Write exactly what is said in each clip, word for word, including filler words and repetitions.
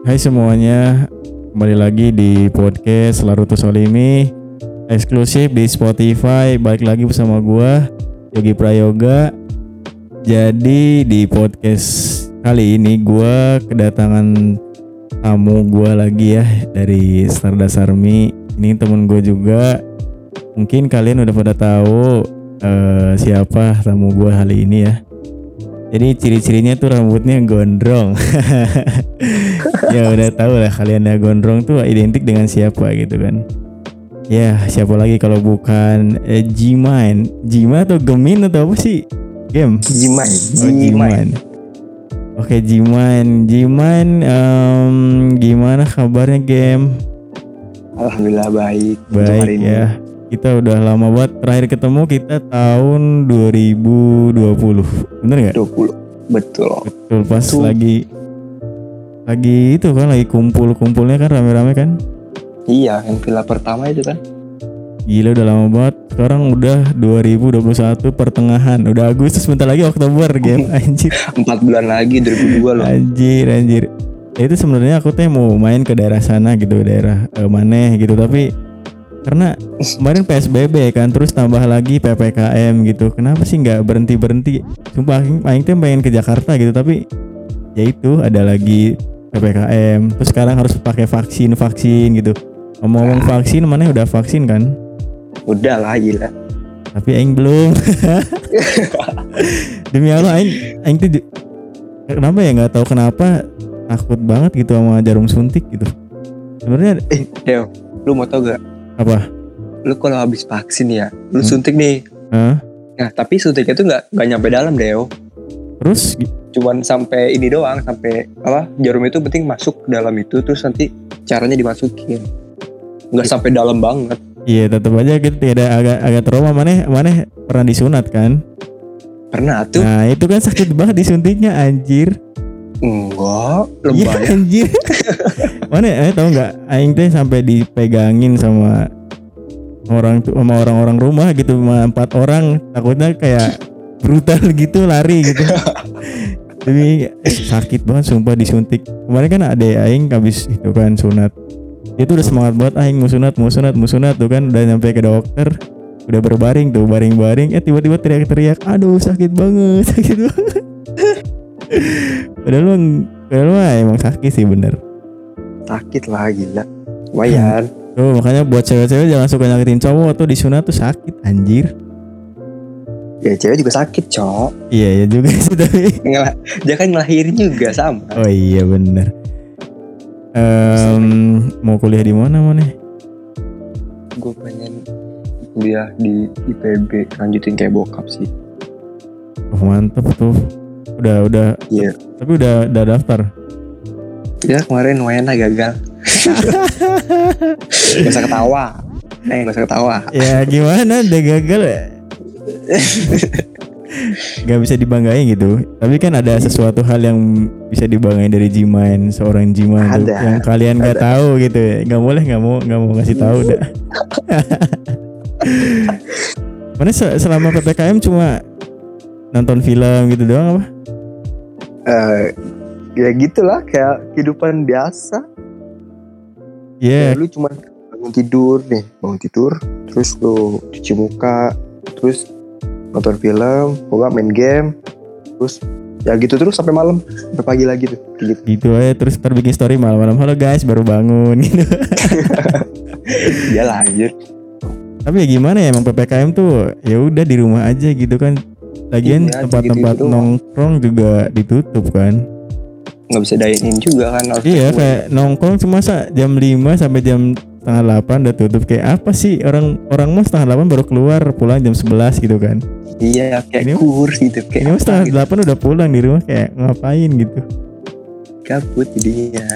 Hai semuanya, kembali lagi di podcast Larutus Solimi, eksklusif di Spotify. Balik lagi bersama gua Yogi Prayoga. Jadi di podcast kali ini gua kedatangan tamu gua lagi ya dari Stardust Army. Ini temen gua juga. Mungkin kalian udah pada tahu uh, siapa tamu gua kali ini ya. Jadi ciri-cirinya tuh rambutnya gondrong. Ya udah tahu lah kalian ya, gondrong tuh identik dengan siapa gitu kan. Ya siapa lagi kalau bukan eh, G-Mine. G-Mine atau Gemin atau apa sih? Game G-Mine. Oh, G-Mine. Oke G-Mine. G-Mine um, gimana kabarnya Game? Alhamdulillah baik. Baik ya. Kita udah lama banget terakhir ketemu kita tahun dua ribu dua puluh. Bener gak? dua puluh. Betul. Betul pas Tuh. lagi lagi itu kan lagi kumpul-kumpulnya kan rame-rame kan? Iya, yang villa pertama itu kan. Gila udah lama banget. Sekarang udah dua ribu dua puluh satu pertengahan. Udah Agustus, bentar lagi Oktober game anjir. empat bulan lagi dua ribu dua loh. Anjir anjir. Ya itu sebenarnya aku tuh mau main ke daerah sana gitu, daerah eh, Maneh gitu, tapi karena kemarin P S B B kan, terus tambah lagi P P K M gitu. Kenapa sih nggak berhenti berhenti? Sumpah Aing tuh pengen ke Jakarta gitu, tapi ya itu ada lagi P P K M. Terus sekarang harus pakai vaksin vaksin gitu. Ngomong-ngomong vaksin, mana udah vaksin kan? Udah lah gila. Tapi Aing belum. Demi Allah Aing Aing tuh kenapa ya nggak tahu kenapa takut banget gitu sama jarum suntik gitu. Sebenarnya Eh, Deo, lu mau tau gak? apa? Lu kalau habis vaksin ya, lu Hmm. suntik nih. Hah? Nah, tapi suntiknya tuh nggak nggak nyampe dalam Deo. Terus Cuman sampai ini doang, sampai apa? Jarum itu penting masuk ke dalam itu, terus nanti caranya dimasukin. Nggak sampai dalam banget. iya tetap aja gitu, tidak agak agak trauma. Maneh maneh pernah disunat kan? Pernah tuh? Nah itu kan sakit banget disuntiknya anjir. Enggak, Iya lebay. anjir. Mana eh tahu nggak? Aing teh sampai dipegangin sama orang tuh, sama orang-orang rumah gitu, sama empat orang. Takutnya kayak brutal gitu lari gitu. Tapi eh, sakit banget sumpah disuntik. Kemarin kan ada Aing habis itu kan sunat. Dia tuh udah semangat banget, Aing mau sunat, mau sunat, mau sunat tuh kan, udah nyampe ke dokter, udah berbaring tuh, baring-baring, eh tiba-tiba teriak-teriak, aduh sakit banget, sakit banget. Padahal lu, padahal lu emang sakit sih bener. Sakit lah gila. Lumayan. Tuh makanya buat cewek-cewek jangan suka nyakitin cowok tuh, disunat tuh sakit anjir. Ya cewek juga sakit, Cok. Iya ya juga sih tapi. Ngelah, dia kan ngelahirin juga sama. Oh iya bener. Um, mau kuliah di mana mana? Gue pengen kuliah di I P B, lanjutin kayak bokap sih. Oh mantep tuh. Udah udah. Iya. Tapi udah udah daftar. Ya kemarin lumayan lah gagal. Gak usah ketawa. Eh gak usah ketawa. Ya gimana udah gagal ya? Gak bisa dibanggain gitu. Tapi kan ada sesuatu hal yang bisa dibanggain dari G-Mine, seorang G-Mine tuh, Ada, yang kalian gak ada. tahu gitu ya. Gak boleh, gak mau, gak mau ngasih tahu dah. Mana se- selama P P K M cuma nonton film gitu doang apa? Eh ya gitulah, kayak kehidupan biasa. Iya. Ya, lu cuma bangun tidur nih, bangun tidur, terus lu cuci muka, terus nonton film, pokoknya main game, terus ya gitu terus sampai malam, sampai pagi lagi tuh, kayak gitu. Gitu aja terus ntar bikin story malam-malam, halo guys baru bangun gitu. Iyalah anjir. Tapi ya gimana ya, emang P P K M tuh ya udah di rumah aja gitu kan. Lagian Iya, tempat-tempat gitu-gitu doang. nongkrong juga ditutup kan. Nggak bisa dine-in juga kan, harus Iya keluar. kayak nongkrong cuma sa jam lima sampai jam setengah delapan udah tutup. Kayak apa sih, orang orang mau setengah delapan baru keluar, pulang jam sebelas gitu kan. Iya kayak Ini- kurs gitu, kayak Ini mah apa setengah gitu. delapan udah pulang di rumah, kayak ngapain gitu. Kabut jadinya.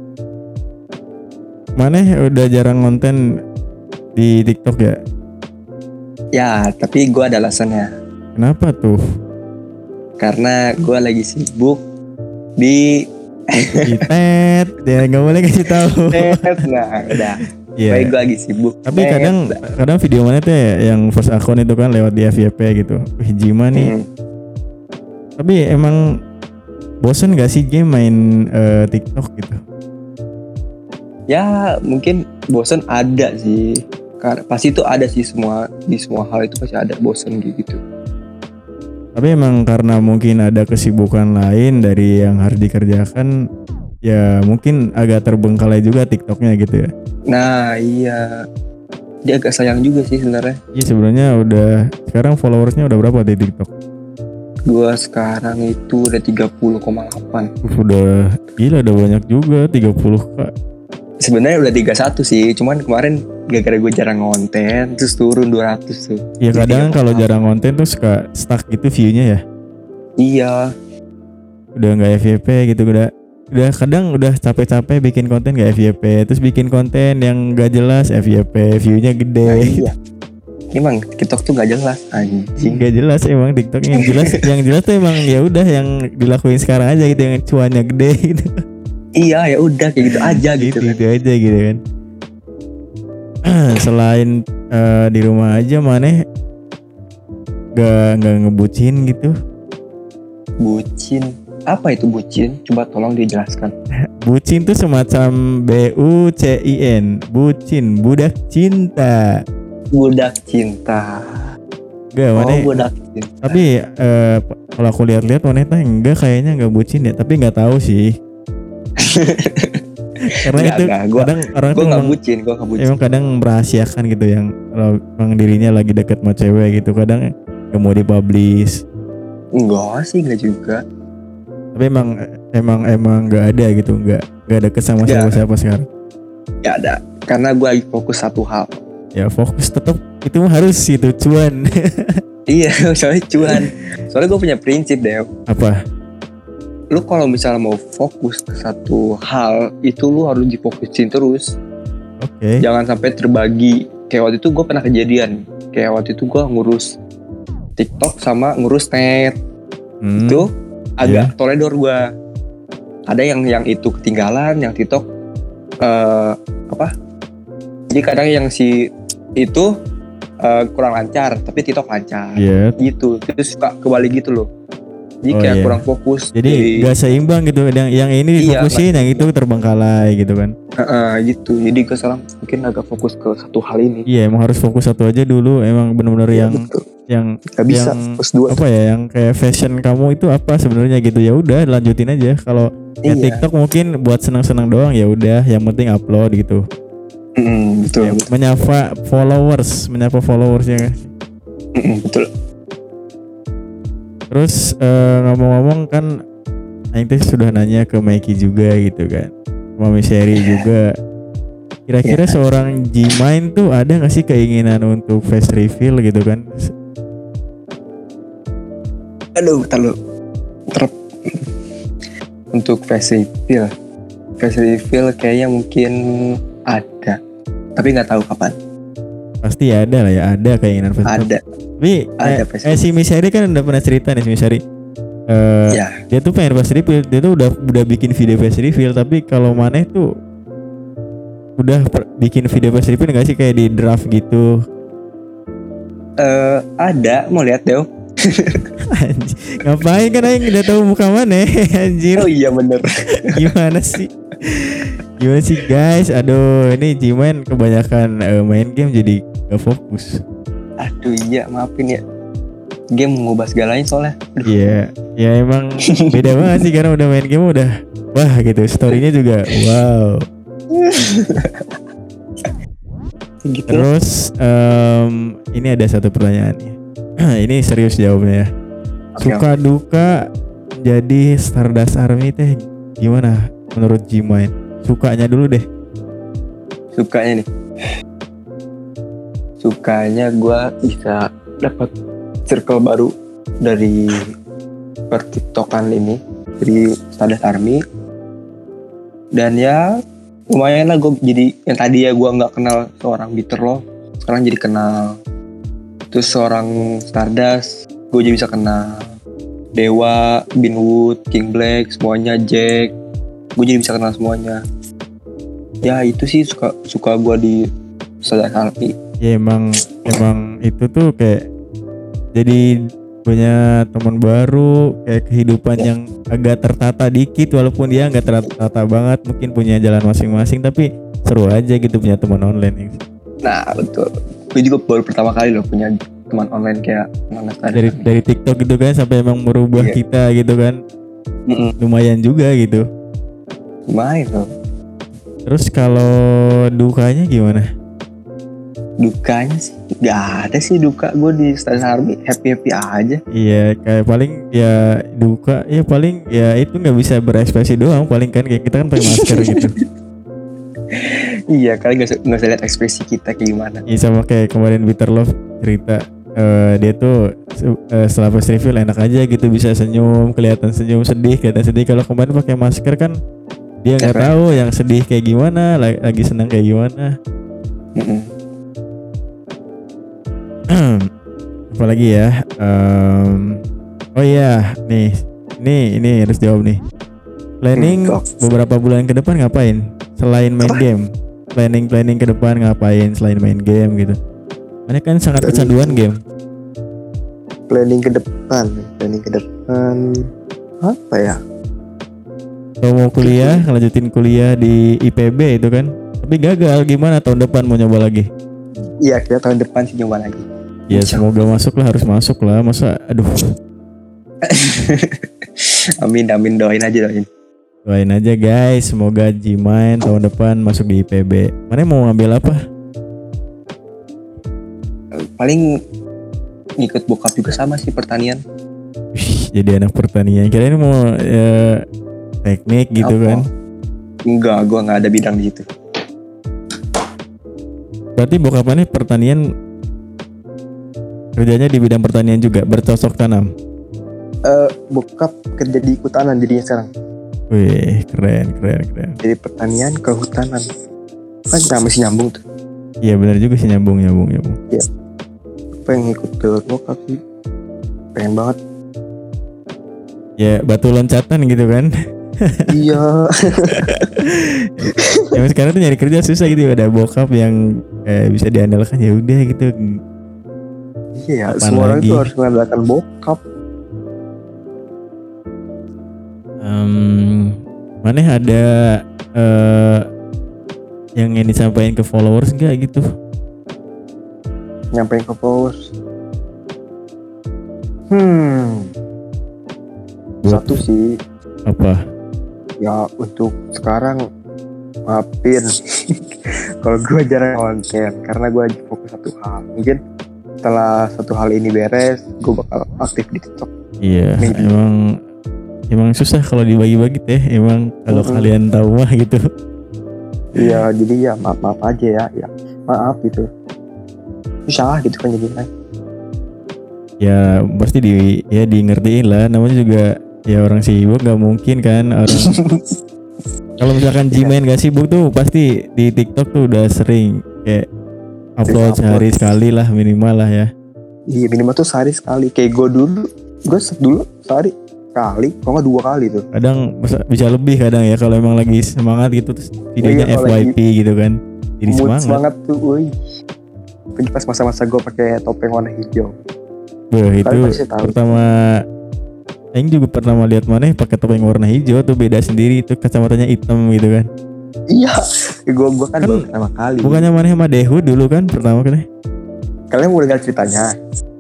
Maneh udah jarang konten di TikTok ya? Ya tapi gue ada alasannya. Kenapa tuh? Karena gue lagi sibuk di Itet, ya nggak boleh kasih tahu. net. Nah udah, Iya. baik gue lagi sibuk. Tapi Net. kadang kadang video mana tuh ya, yang first account itu kan lewat di F Y P gitu. Wih Jima nih. Hmm. Tapi emang bosen gak sih game main uh, TikTok gitu? Ya mungkin bosen ada sih. Karena pasti itu ada sih, semua di semua hal itu pasti ada bosen gitu. Tapi emang karena mungkin ada kesibukan lain dari yang harus dikerjakan, ya mungkin agak terbengkalai juga TikToknya gitu ya. Nah iya, dia agak sayang juga sih sebenarnya. Iya sebenarnya udah sekarang followersnya udah berapa di TikTok? Gua sekarang itu udah tiga puluh koma delapan. Uh, udah gila, udah banyak juga tiga puluh k. Sebenarnya udah tiga puluh satu sih, cuman kemarin gara-gara gue jarang ngonten terus turun dua ratus tuh. Ya kadang kalau jarang konten tuh suka stuck gitu view-nya ya. Iya. Udah nggak F Y P gitu, udah udah kadang udah capek-capek bikin konten nggak F Y P, terus bikin konten yang nggak jelas F Y P, view-nya gede. Nah, iya. Emang TikTok tuh nggak jelas anjing. Nggak jelas emang TikTok, yang jelas yang jelas tuh emang ya udah yang dilakuin sekarang aja gitu, yang cuannya gede gitu. Iya ya udah kayak gitu aja gitu, gitu, kan. gitu aja gitu kan. Selain uh, di rumah aja, maneh gak nggak ngebucin gitu? Bucin, apa itu bucin? Coba tolong dijelaskan. Bucin tuh semacam B U C I N, bucin, budak cinta. Budak cinta. Gak, Oh maneh. budak cinta. Tapi uh, kalau aku lihat-lihat maneh tuh enggak, kayaknya nggak bucin ya. Tapi nggak tahu sih. Karena Nggak, itu nggak, gua- kadang orang Gue tuh nggak emang, bucin, gue nggak bucin. emang kadang merahasiakan gitu, yang kalau emang dirinya lagi deket sama cewek gitu, kadang gak mau dipublish. Enggak sih, enggak juga. Tapi emang emang emang nggak ada gitu, nggak nggak deket sama Nggak. siapa-siapa sekarang. Gak ada, karena gue lagi fokus satu hal. Ya fokus tetap itu mah harus itu cuan. Iya, soalnya cuan. Soalnya gue punya prinsip deh. Apa? Lu kalau misalnya mau fokus ke satu hal, itu lu harus difokusin terus. Oke. Jangan sampai terbagi. Kayak waktu itu gue pernah kejadian. Kayak waktu itu gue ngurus TikTok sama ngurus net. Hmm. Itu agak toledor gue. Ada yang yang itu ketinggalan, yang TikTok uh, apa? Jadi kadang yang si itu uh, kurang lancar, tapi TikTok lancar. Iya. Gitu. Terus suka kebalik gitu loh. Jadi Oh, kayak iya. kurang fokus. Jadi nggak seimbang gitu, yang yang ini Iya, difokusin, yang itu terbengkalai gitu kan. Uh, gitu. Jadi gue sekarang mungkin agak fokus ke satu hal ini. Iya, emang harus fokus satu aja dulu. Emang benar-benar Iya, yang betul. yang Gak bisa yang fokus dua. apa ya, yang kayak fashion kamu itu apa sebenarnya gitu, ya udah lanjutin aja. Kalau ya Iya. TikTok mungkin buat senang-senang doang, ya udah yang penting upload gitu. Mm, betul, Ya, betul. menyapa followers, menyapa followersnya. Mm, betul. Terus eh, ngomong-ngomong kan, Aing teh sudah nanya ke Mikey juga gitu kan, Mami Sherry juga. Kira-kira Ya. seorang Jimain tuh ada nggak sih keinginan untuk face reveal gitu kan? Aduh, bentar lu. Ter- Untuk face reveal, face reveal kayaknya mungkin ada, tapi nggak tahu kapan. Pasti ada lah ya, ada keinginan face reveal. Ada, Tapi ada eh, face eh, si Miss Sherry kan udah pernah cerita nih, si Miss Sherry. Eh, ya. Dia tuh pengen face reveal, dia tuh udah udah bikin video face reveal, tapi kalau maneh tuh udah per- bikin video face reveal nggak sih, kayak di draft gitu? Eh, ada, mau lihat deh. Anjir, ngapain kan Aing udah tahu muka mana anjir. Oh iya bener. Gimana sih? Gimana sih guys? Aduh, ini Jiman kebanyakan eh, main game jadi gak fokus. Aduh iya, maafin ya. Game mengubah segalanya soalnya. Aduh. Iya, ya emang beda banget sih, karena udah main game udah wah gitu, storynya juga wow. Gitu. Terus em, ini ada satu pertanyaan nih. Ini serius jawabnya ya. Oke, Suka duka jadi Stardust Army teh gimana menurut Jimain? Sukanya dulu deh. Sukanya nih. Sukanya gue bisa dapat circle baru dari pertiktokan ini, dari Stardust Army. Dan ya lumayan lah, gue jadi yang tadi ya gue nggak kenal seorang Bitter loh, sekarang jadi kenal. Terus seorang Stardust gue jadi bisa kenal. Dewa, Binwood, King Black, semuanya, Jack, gue jadi bisa kenal semuanya. Ya itu sih suka suka gue di Stardust Army. Ya emang emang itu tuh kayak jadi punya teman baru, kayak kehidupan Ya. yang agak tertata dikit, walaupun dia nggak tertata banget, mungkin punya jalan masing-masing, tapi seru aja gitu punya teman online. Nah betul, gue juga baru pertama kali loh punya teman online kayak Nanas tadi. Dari dari TikTok gitu kan sampai emang merubah Iya. kita gitu kan. Mm-mm. Lumayan juga gitu. Lumayan loh. Terus kalau dukanya gimana? Dukanya sih gak ada sih duka, gue di Stadion Army happy happy aja. Iya kayak paling ya duka ya paling ya itu nggak bisa berekspresi doang paling kan kayak kita kan pakai masker gitu. Iya kali nggak nggak usah lihat ekspresi kita kayak gimana. Iya sama kayak kemarin Bitter Love cerita eh, dia tuh eh, setelah pas reveal enak aja gitu bisa senyum, kelihatan senyum, sedih kelihatan sedih. Kalau kemarin pakai masker kan dia nggak Efek. tahu yang sedih kayak gimana, lagi, lagi senang kayak gimana. Mm-mm. Apalagi ya, em, oh iya, nih, ini ini harus jawab nih. Planning Hmm, beberapa bulan ke depan ngapain? Selain main Apa? game, planning planning ke depan ngapain selain main game gitu? Mana kan sangat Planning. kecanduan game. Planning ke depan, planning ke depan apa ya? Kalau mau kuliah, ngelanjutin kuliah di I P B itu kan, tapi gagal. Gimana tahun depan mau nyoba lagi? Iya kita tahun depan sih nyoba lagi. Ya semoga masuk lah, harus masuk lah. Masa, aduh, Amin amin, doain aja doain. doain aja guys. Semoga G-Mind tahun depan masuk di I P B. Mana mau ngambil apa? Paling ngikut bokap juga sama sih pertanian. Wih, jadi anak pertanian. Kirain mau ya, teknik gitu Apa? kan? Enggak, gua nggak ada bidang di situ. Berarti bokapannya pertanian, kerjanya di bidang pertanian juga, bercocok tanam. Eh bokap kerja di hutanan jadinya sekarang. Wih, keren, keren, keren. Dari pertanian ke hutanan. Kan nah, masih nyambung tuh. Iya benar juga sih, nyambung, nyambung, nyambung. Pengen ikut ke bokap sih. Pengen banget. Ya batu loncatan gitu kan. Iya. Yang sekarang tuh nyari kerja susah gitu, ada bokap yang eh, bisa diandalkan ya udah gitu. Iya ya, Apaan semua orang lagi? tuh harus mengandalkan bokap. Em, mana ada eh, yang ingin disampaikan ke followers enggak gitu? Nyampein ke followers. Hmm. Satu sih, Apa? ya untuk sekarang maafin kalau gue jarang konten karena gue lagi fokus satu hal. Mungkin setelah satu hal ini beres, gue bakal aktif di TikTok. Iya, Maybe. emang emang susah kalau dibagi-bagi teh. Emang kalau Mm-mm. kalian tahu mah gitu. Iya, jadi ya maaf maaf aja ya, ya maaf gitu. Susah gitu kan jadi kan. Ya pasti di ya di ngertiin lah. Namanya juga ya orang sibuk, nggak mungkin kan orang. Kalau misalkan G-Mind gak sibuk tuh pasti di TikTok tuh udah sering kayak upload upload. sehari sekali lah minimal lah ya. Iya minimal tuh sehari sekali. Kayak gue dulu, gue dulu sehari sekali, kalau nggak dua kali tuh. Kadang bisa, bisa lebih kadang ya kalau emang lagi semangat gitu terus videonya Iya, kalau F Y P gitu kan. Jadi Mood semangat. semangat tuh, woi. Tapi pas masa-masa gue pakai topeng warna hijau. Beuh, itu Kalian pasti tahu. pertama Aing juga pertama lihat mana pakai topeng warna hijau tuh beda sendiri, itu kacamatanya hitam gitu kan. Iya, gue gue kan, Kan baru pertama kali. Bukannya mana sama Dehu dulu kan pertama kan? Kalian mau dengar ceritanya?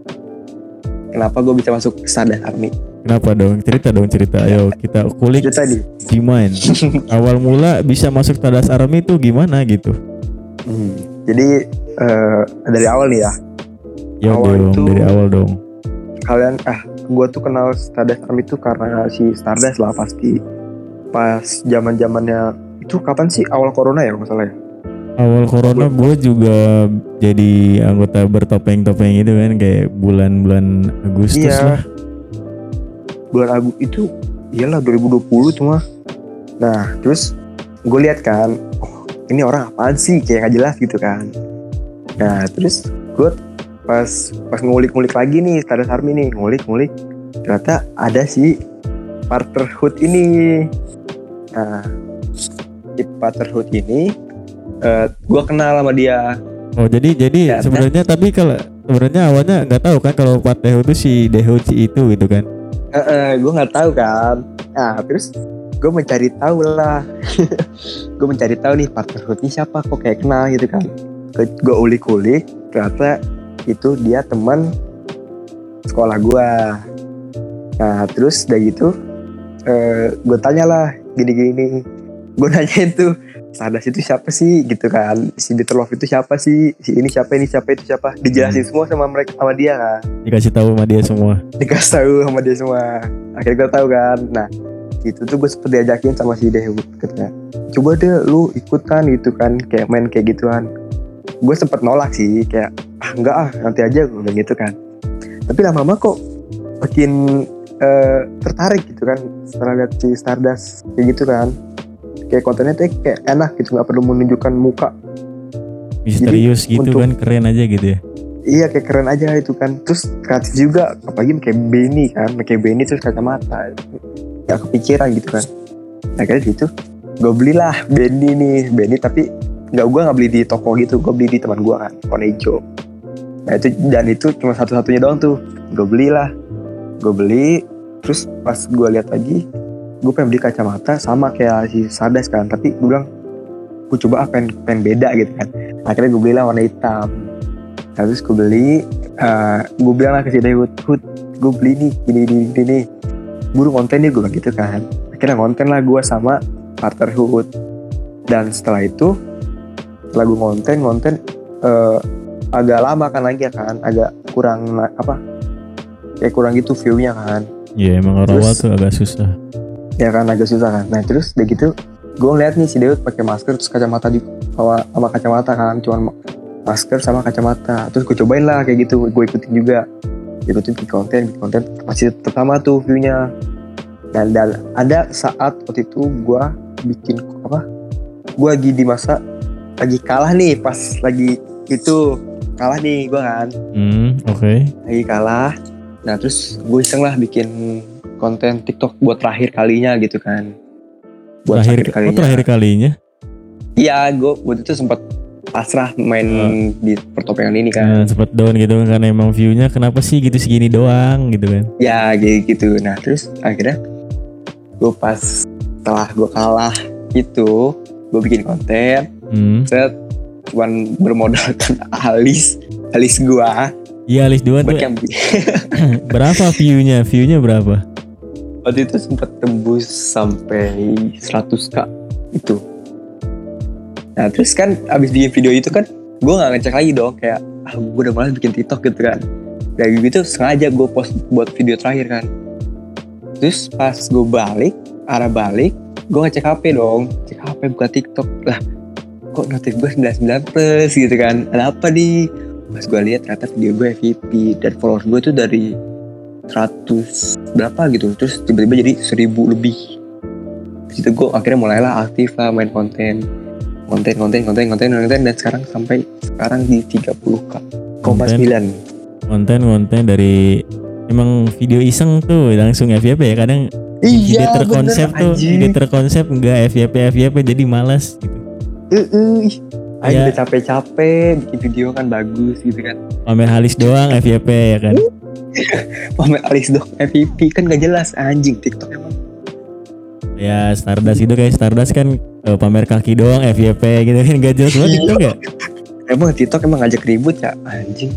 Kenapa gue bisa masuk Stardust Army? Kenapa dong? Cerita dong cerita. Ayo kita kulik Cerita nih. G-Mind. Awal mula bisa masuk Stardust Army tuh gimana gitu? Hmm. Jadi eh, dari awal nih ya. Ya Awal dong itu- dari awal dong. Kalian ah, gue tuh kenal Stardust Army tuh karena si Stardust lah pasti. Pas zaman zamannya itu kapan sih awal corona ya kalau nggak salah ya? Awal corona gue juga jadi anggota bertopeng-topeng itu kan kayak bulan-bulan Agustus Iya. lah. Bulan Agustus itu iyalah dua ribu dua puluh tuh mah. Nah terus gue lihat kan, oh ini orang apaan sih kayak nggak jelas gitu kan. Nah terus gue pas pas ngulik-ngulik lagi nih Stardust Army nih ngulik-ngulik ternyata ada si Fatherhood ini. Nah si Fatherhood ini uh, gue kenal sama dia. Oh jadi jadi Ya, sebenarnya tapi kalau sebenarnya awalnya nggak tahu kan kalau Pat Dehu itu si Dehu si itu gitu kan. Uh, gue nggak tahu kan. Nah terus gue mencari tahu lah. Gue mencari tahu nih partner hoodnya siapa, kok kayak kenal gitu kan. Gue ulik-ulik, ternyata itu dia teman sekolah gue. Nah terus udah gitu uh, gue tanya lah gini-gini. Gue nanyain tuh, Stardust itu siapa sih gitu kan, si Bitter Love itu siapa sih, si ini siapa, ini siapa, itu siapa. Dijelasin semua sama mereka, sama dia kan. Dikasih tahu sama dia semua. Dikasih tahu sama dia semua. Akhirnya gue tahu kan. Nah itu tuh gue sempet diajakin sama si Dehut, katanya coba deh lu ikutan gitu kan, kayak main kayak gituan. Gue sempet nolak sih, kayak ah enggak ah nanti aja gue bilang gitu kan. Tapi lama-lama kok makin uh, tertarik gitu kan setelah lihat si Stardust kayak gitu kan. Kayak kontennya tuh kayak enak gitu, nggak perlu menunjukkan muka, misterius jadi, gitu untuk, kan keren aja gitu ya. Iya kayak keren aja itu kan. Terus kreatif juga, apalagi kayak Benny kan, kayak Benny terus kacamata, gak kepikiran gitu kan. Nah kayak gitu gue belilah Benny nih, Benny tapi nggak, gue nggak beli di toko gitu, gue beli di teman gue kan, Konejo. Nah itu, dan itu cuma satu-satunya doang tuh, gue belilah, gue beli. Terus pas gue lihat lagi, gue pengen beli kacamata sama kayak si Stardust kan, tapi gue bilang gue coba ah pengen, pengen beda gitu kan. Akhirnya gue belilah warna hitam. Nah, terus gue beli, uh, gue bilang lah ke si Dehut, Hut, gue beli nih, gini gini gini, buru konten nih, gue bilang gitu kan. Akhirnya konten lah gue sama partner Hut. Dan setelah itu, setelah gue konten konten uh, agak lama kan lagi ya kan, agak kurang apa, kayak kurang gitu view-nya kan. Iya yeah, emang awal tuh agak susah. Ya kan agak susah kan. Nah terus udah gitu gue ngeliat nih si Dehut pakai masker terus kacamata juga, sama, sama kacamata kan, cuman masker sama kacamata. Terus gue cobain lah kayak gitu, gue ikutin juga, ikutin bikin konten, bikin konten masih pertama tuh viewnya. Dan, dan ada saat waktu itu gue bikin apa, gue lagi di masa lagi kalah nih, pas lagi itu kalah nih gue kan. Hmm oke. Okay. Lagi kalah. Nah terus gue iseng lah bikin konten TikTok buat terakhir kalinya gitu kan. Buat terakhir, terakhir kalinya. Oh terakhir kalinya? Iya, gue waktu itu sempat pasrah main oh. di pertopengan ini kan. Nah, sempat down gitu kan, karena emang view-nya kenapa sih gitu segini doang gitu kan. Ya gitu. Nah terus akhirnya gue pas setelah gue kalah itu, gue bikin konten. Hmm. Set cuman bermodalkan alis, alis gue. Iya alis dua tuh. Berapa view-nya? View-nya berapa? Waktu itu sempat tembus sampai seratus ribu itu. Nah terus kan abis bikin video itu kan gue gak ngecek lagi dong, kayak ah gue udah malas bikin TikTok gitu kan. Dari gitu sengaja gue post buat video terakhir kan. Terus pas gue balik, arah balik, gue ngecek H P dong, cek H P buka TikTok lah, kok notif gue sembilan puluh sembilan plus gitu kan, ada apa nih? Pas gue lihat ternyata video gue F Y P dan followers gue tuh dari seratus berapa gitu, terus tiba-tiba jadi seribu lebih. Di situ gue akhirnya mulailah aktif lah main konten, konten, konten, konten, konten, konten, dan sekarang sampai sekarang di tiga puluh koma sembilan. Konten, konten dari emang video iseng tuh langsung F Y P ya kadang. Ide iya, terkonsep bener, tuh, anjing. Ide terkonsep enggak F Y P F Y P jadi malas gitu. Heeh. Uh, uh. Ayo udah capek-capek bikin video kan bagus gitu kan. Pamer alis doang F Y P ya kan. Pamer alis doang F Y P kan gak jelas anjing TikTok emang. Ya Stardust gitu kayak Stardust kan uh, pamer kaki doang F Y P gitu kan gak jelas banget TikTok ya. Emang TikTok emang ngajak ribut ya anjing.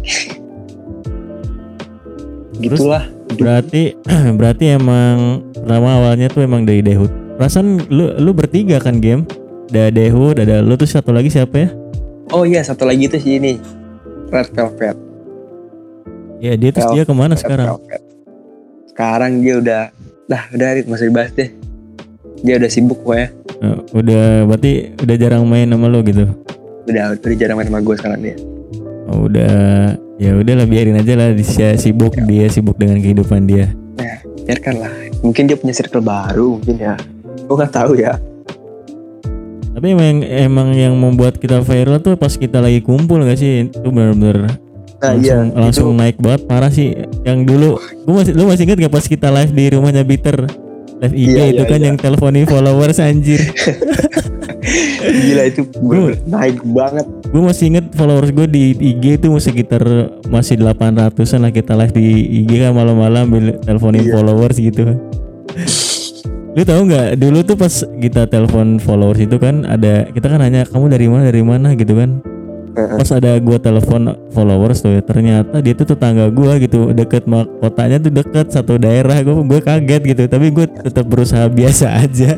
Gitulah. Berarti berarti emang pertama awalnya tuh emang dari Dehut. Perasaan lu lu bertiga kan game? Ada Dehut, ada lu tuh satu lagi siapa ya? Oh iya satu lagi tuh si ini Red Velvet. Ya dia terus dia kemana sekarang? Velvet. Sekarang dia udah, dah udah Rit masih dibahas deh. Dia udah sibuk kok ya. Uh, udah berarti udah jarang main sama lu gitu? Udah udah jarang main sama gue sekarang dia. Oh, udah ya udahlah biarin aja lah dia sibuk ya. Dia sibuk dengan kehidupan dia. Nah biarkan lah, mungkin dia punya circle baru mungkin ya, gue nggak tahu ya. Tapi emang emang yang membuat kita viral tuh pas kita lagi kumpul nggak sih, itu benar-benar nah, langsung iya, langsung itu naik banget parah sih. Yang dulu gue masih lu masih ingat nggak pas kita live di rumahnya Bitter live I G iya, itu iya, kan iya. Yang teleponin followers anjir. Gila itu bener naik banget. Gue masih inget followers gue di I G itu sekitar masih delapan ratusan lah, kita live di I G kan malam-malam teleponin iya. followers gitu. Lu tahu nggak dulu tuh pas kita telepon followers itu kan ada kita kan nanya kamu dari mana dari mana gitu kan. Pas ada gua telepon followers tuh ya, ternyata dia tuh tetangga gua gitu, deket kotanya tuh deket satu daerah. Gua gua kaget gitu, tapi gua tetap berusaha biasa aja.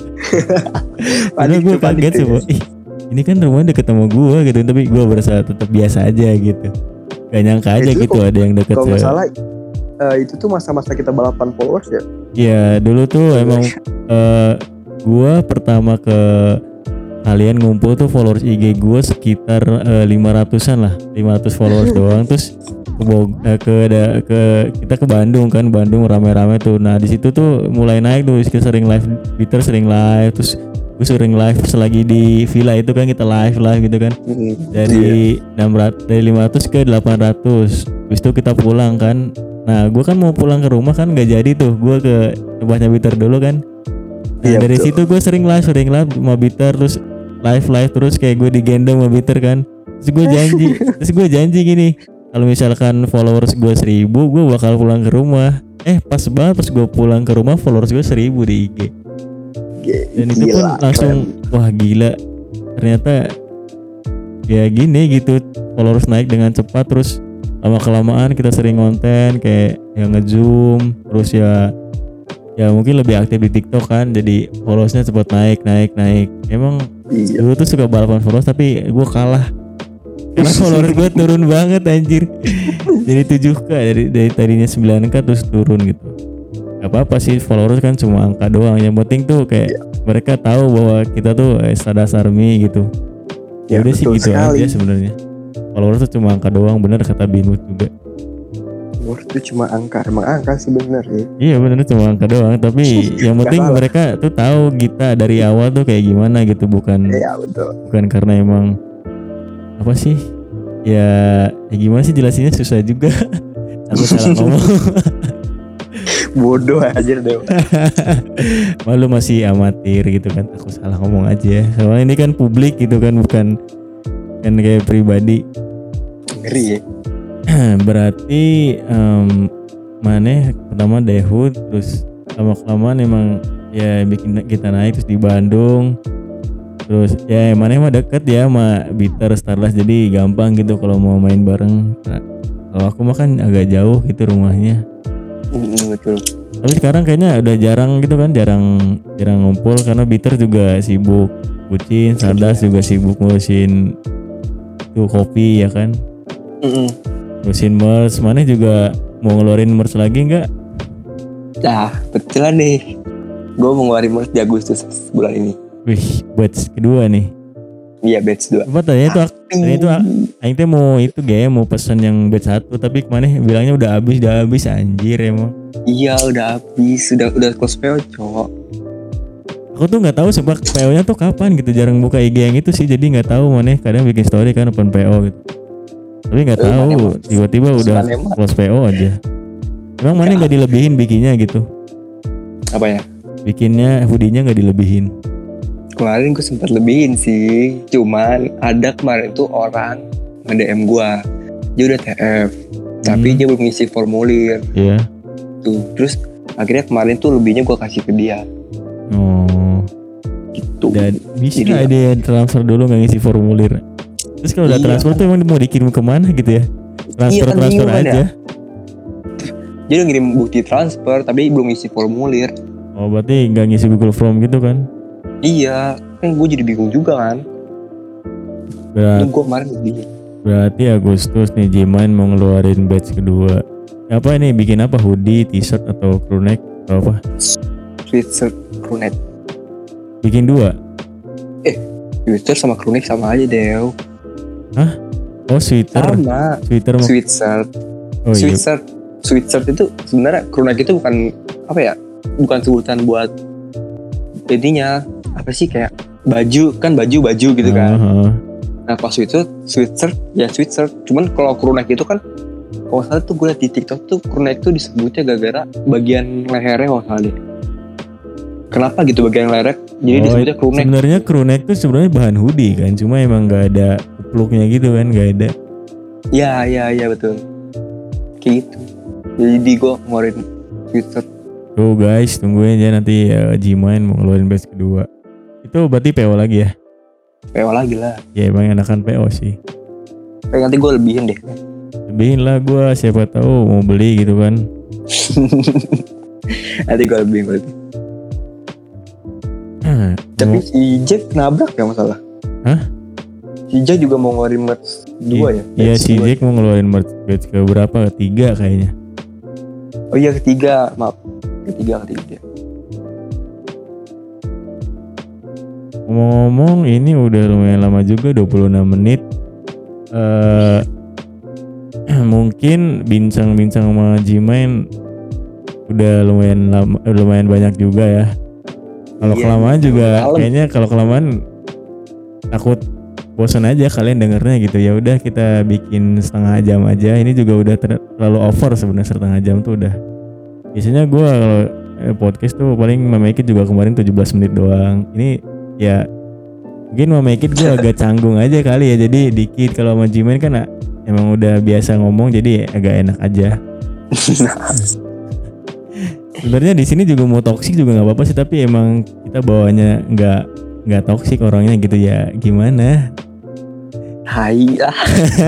Karena gua kaget sih, ih ini kan rumahnya deket sama gua gitu, tapi gua berusaha tetap biasa aja gitu. Gak nyangka aja itu gitu kok, ada yang deket. Kalau nggak salah uh, itu tuh masa-masa kita balapan followers ya. Iya dulu tuh emang uh, gua pertama ke kalian ngumpul tuh followers I G gue sekitar uh, lima ratusan lah, lima ratus followers doang. Terus ke, uh, ke, ke kita ke Bandung kan, Bandung rame-rame tuh. Nah di situ tuh mulai naik tuh, kita sering live, Peter sering live, terus gue sering live selagi di villa itu kan kita live live gitu kan. Dari enam ratus, dari lima ratus ke delapan ratus. Habis itu kita pulang kan. Nah gue kan mau pulang ke rumah kan gak jadi tuh, gue ke tempatnya Peter dulu kan. Nah iya, dari betul. Situ gue sering live, sering live sama Peter, terus live live terus kayak gue digendong sama Peter kan. Terus gue janji, terus gue janji gini, kalau misalkan followers gue seribu, gue bakal pulang ke rumah. Eh pas banget pas gue pulang ke rumah followers gue seribu di I G. Dan itu pun langsung keren. Wah gila, ternyata ya gini gitu, followers naik dengan cepat. Terus lama kelamaan kita sering konten kayak yang ngezoom, terus ya ya mungkin lebih aktif di TikTok kan, jadi followersnya cepat naik naik naik. Emang iya. Dulu tuh suka balapan followers tapi gue kalah karena followers gue turun banget anjir. Jadi tujuh K dari dari tadinya sembilan K terus turun gitu. Gak apa-apa sih, followers kan cuma angka doang. Yang penting tuh kayak iya. Mereka tahu bahwa kita tuh eh, Stardust Army gitu. Ya udah sih gitu sekali. Aja sebenarnya. Followers tuh cuma angka doang, bener kata Binut juga. Followers itu cuma angka, emang angka sih bener ya. Iya bener cuma angka doang, tapi yang penting mereka tuh tahu kita dari awal tuh kayak gimana gitu, bukan iya, betul. Bukan karena emang apa sih? Ya, ya gimana sih jelasinnya, susah juga. Aku salah ngomong. Bodoh aja deh. Malu masih amatir gitu kan, aku salah ngomong aja. Soalnya ini kan publik gitu kan, bukan kan kayak pribadi. Ngeri ya. Berarti um, Maneh pertama Dehut, terus lama-kelamaan emang ya bikin kita naik terus di Bandung. Terus ya Maneh mah deket ya sama Bitter Stardust, jadi gampang gitu kalau mau main bareng. Nah, kalau aku mah kan agak jauh gitu rumahnya. Mm, betul. Tapi sekarang kayaknya udah jarang gitu kan, jarang jarang ngumpul karena Bitter juga sibuk bucin, Stardust juga sibuk ngurusin tuh kopi ya kan. Mm-mm. Ngurusin merch. Maneh juga mau ngeluarin merch lagi nggak? Nah betulan nih, gue mau ngeluarin merch di Agustus bulan ini. Wih, batch kedua nih. Iya, batch dua. Apa tanya itu? Tanya itu aing teh mau itu gaya mau pesan yang batch satu, tapi kemana bilangnya udah habis, udah habis anjir emang. Iya, udah habis, udah udah close P O, cowok. Aku tuh enggak tahu sebab P O-nya tuh kapan gitu, jarang buka I G yang itu sih, jadi enggak tahu mana kadang bikin story kan open P O gitu. Tapi enggak eh, tahu tiba-tiba udah close P O aja. Emang mana enggak dilebihin bikinnya gitu? Apanya? Bikinnya hoodie-nya enggak dilebihin. Kemarin gue sempat lebihin sih, cuman ada kemarin tuh orang nge-D M gue, dia udah T F, hmm. tapi dia belum ngisi formulir. Iya. Yeah. Tuh, terus akhirnya kemarin tuh lebihnya gue kasih ke dia. Oh. Gitu. Dan bisa nggak dia transfer dulu nggak ngisi formulir? Terus kalau udah iya, transfer kan. Tuh emang mau dikirim kemana gitu ya? Transfer iya, kan transfer aja. Ya? Dia udah ngirim bukti transfer, tapi belum ngisi formulir. Oh berarti nggak ngisi Google Form gitu kan? Iya, kan gue jadi bingung juga kan. Berat, gue kemarin lebih. Berarti Agustus nih J-Mine mau ngeluarin batch kedua. Apa ini bikin apa? Hoodie, t-shirt atau crew neck atau apa? Sweatshirt, crew neck. Bikin dua? Eh, sweatshirt sama crew neck sama aja deh. Hah? Oh sweater. Sama. Sweater mau. Sweatshirt. Oh, sweatshirt. Iya. Sweatshirt itu sebenarnya crew neck itu bukan apa ya? Bukan sebutan buat jadinya apa sih, kayak baju kan baju baju gitu kan. Uh-huh. Nah pas sweatshirt sweatshirt ya sweatshirt. Cuman kalau crew neck itu kan kalau salah tuh gue liat di TikTok tuh crew neck tuh disebutnya gara-gara bagian lehernya kalau salah deh. Kenapa gitu bagian leher? Jadi oh, disebutnya crew neck. Sebenarnya crew neck tuh sebenarnya bahan hoodie kan, cuma emang nggak ada kupluknya gitu kan, nggak ada. Ya ya ya betul. Kayak gitu. Jadi gue ngeluarin sweatshirt Tuh guys, tungguin aja nanti uh, G-Mind mau ngeluarin batch kedua. Itu berarti P O lagi ya? P O lagi lah. Ya emang enakan P O sih. Kayak nanti gue lebihin deh. Lebihin lah gue, siapa tahu mau beli gitu kan. Nanti gue lebihin berarti. Nah, Tapi mau- si Jack nabrak ya masalah. Hah? Si Jack juga mau ngeluarin merch dua ya? Iya Batch si dua. Jack mau ngeluarin merch batch ke berapa? Ketiga kayaknya. Oh iya ketiga, maaf. Ketiga ketiga dia. Ngomong-ngomong ini udah lumayan lama juga, dua puluh enam menit. Eh mungkin bincang-bincang sama G-Mind udah lumayan lama, eh, lumayan banyak juga ya. Kalau Iya, kelamaan juga malam. kayaknya kalau kelamaan takut bosan aja kalian dengernya gitu. Ya udah kita bikin setengah jam aja. Ini juga udah ter- terlalu over sebenarnya, setengah jam tuh udah. Biasanya gue kalau eh, podcast tuh paling memake it juga kemarin tujuh belas menit doang. Ini ya mungkin memake it gue agak canggung aja kali ya, jadi dikit. Kalau sama G-Mind kan ah, emang udah biasa ngomong jadi agak enak aja. Sebenarnya di sini juga mau toksik juga nggak apa-apa sih, tapi emang kita bawanya nggak nggak toksik orangnya gitu ya, gimana? Hai ah.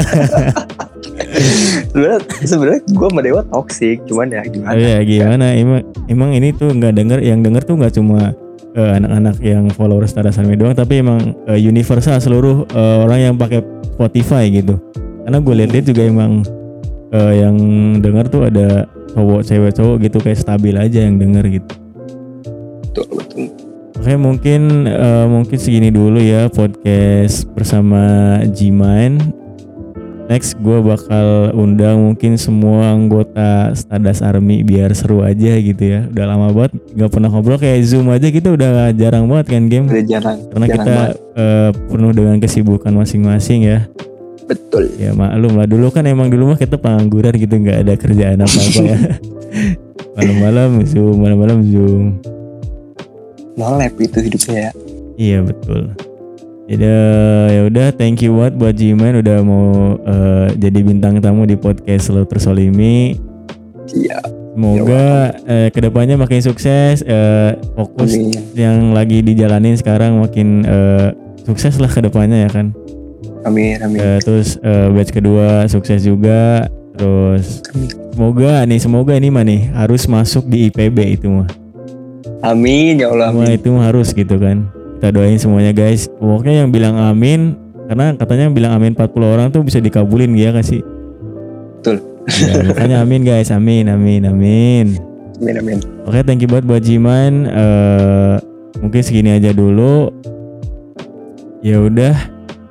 Sebenarnya sebenarnya gue sama Dewa toxic, cuman ya gimana? Oh ya gimana? Emang emang ini tuh nggak denger, yang denger tuh nggak cuma eh, anak-anak yang followers Tada Salmi doang, tapi emang eh, universal seluruh eh, orang yang pakai Spotify gitu. Karena gue lihat-lihat juga emang eh, yang denger tuh ada cowok, cewek, cowok gitu, kayak stabil aja yang denger gitu. Betul betul. Oke mungkin eh, mungkin segini dulu ya podcast bersama G-Mind. Next gue bakal undang mungkin semua anggota Stardust Army biar seru aja gitu ya. Udah lama banget gak pernah ngobrol, kayak Zoom aja kita udah jarang banget kan game. Udah jarang. Karena jarang kita banget. eh, penuh dengan kesibukan masing-masing ya. Betul. Ya maklum lah, dulu kan emang dulu mah kita pengangguran gitu, nggak ada kerjaan apa-apa ya. Malam-malam Zoom, malam-malam Zoom. Nolep itu hidupnya ya. Iya betul. Jadi ya udah, thank you buat buat G-Mind udah mau uh, jadi bintang tamu di podcast Lo Tersolimi. Iya. Semoga uh, kedepannya makin sukses, uh, fokus Amin. yang lagi dijalanin sekarang makin uh, sukses lah kedepannya ya kan. Amin amin. Uh, terus uh, batch kedua sukses juga. Terus Amin. semoga nih semoga ini mah nih harus masuk di I P B itu mah. Amin ya Allah. Semua Amin. itu mah harus gitu kan. Kita doain semuanya guys. Pokoknya yang bilang amin, karena katanya yang bilang amin empat puluh orang tuh bisa dikabulin ya gak sih? Betul. Ya, makanya amin guys, amin amin amin. Amin amin. Oke, thank you banget buat G-Mind. Eh, mungkin segini aja dulu. Ya udah.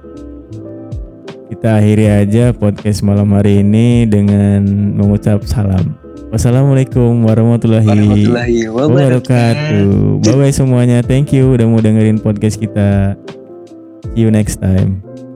Kita akhiri aja podcast malam hari ini dengan mengucap salam. Wassalamualaikum warahmatullahi, Warahmatullahi wabarakatuh. wabarakatuh. Bye bye semuanya. Thank you udah mau dengerin podcast kita. See you next time.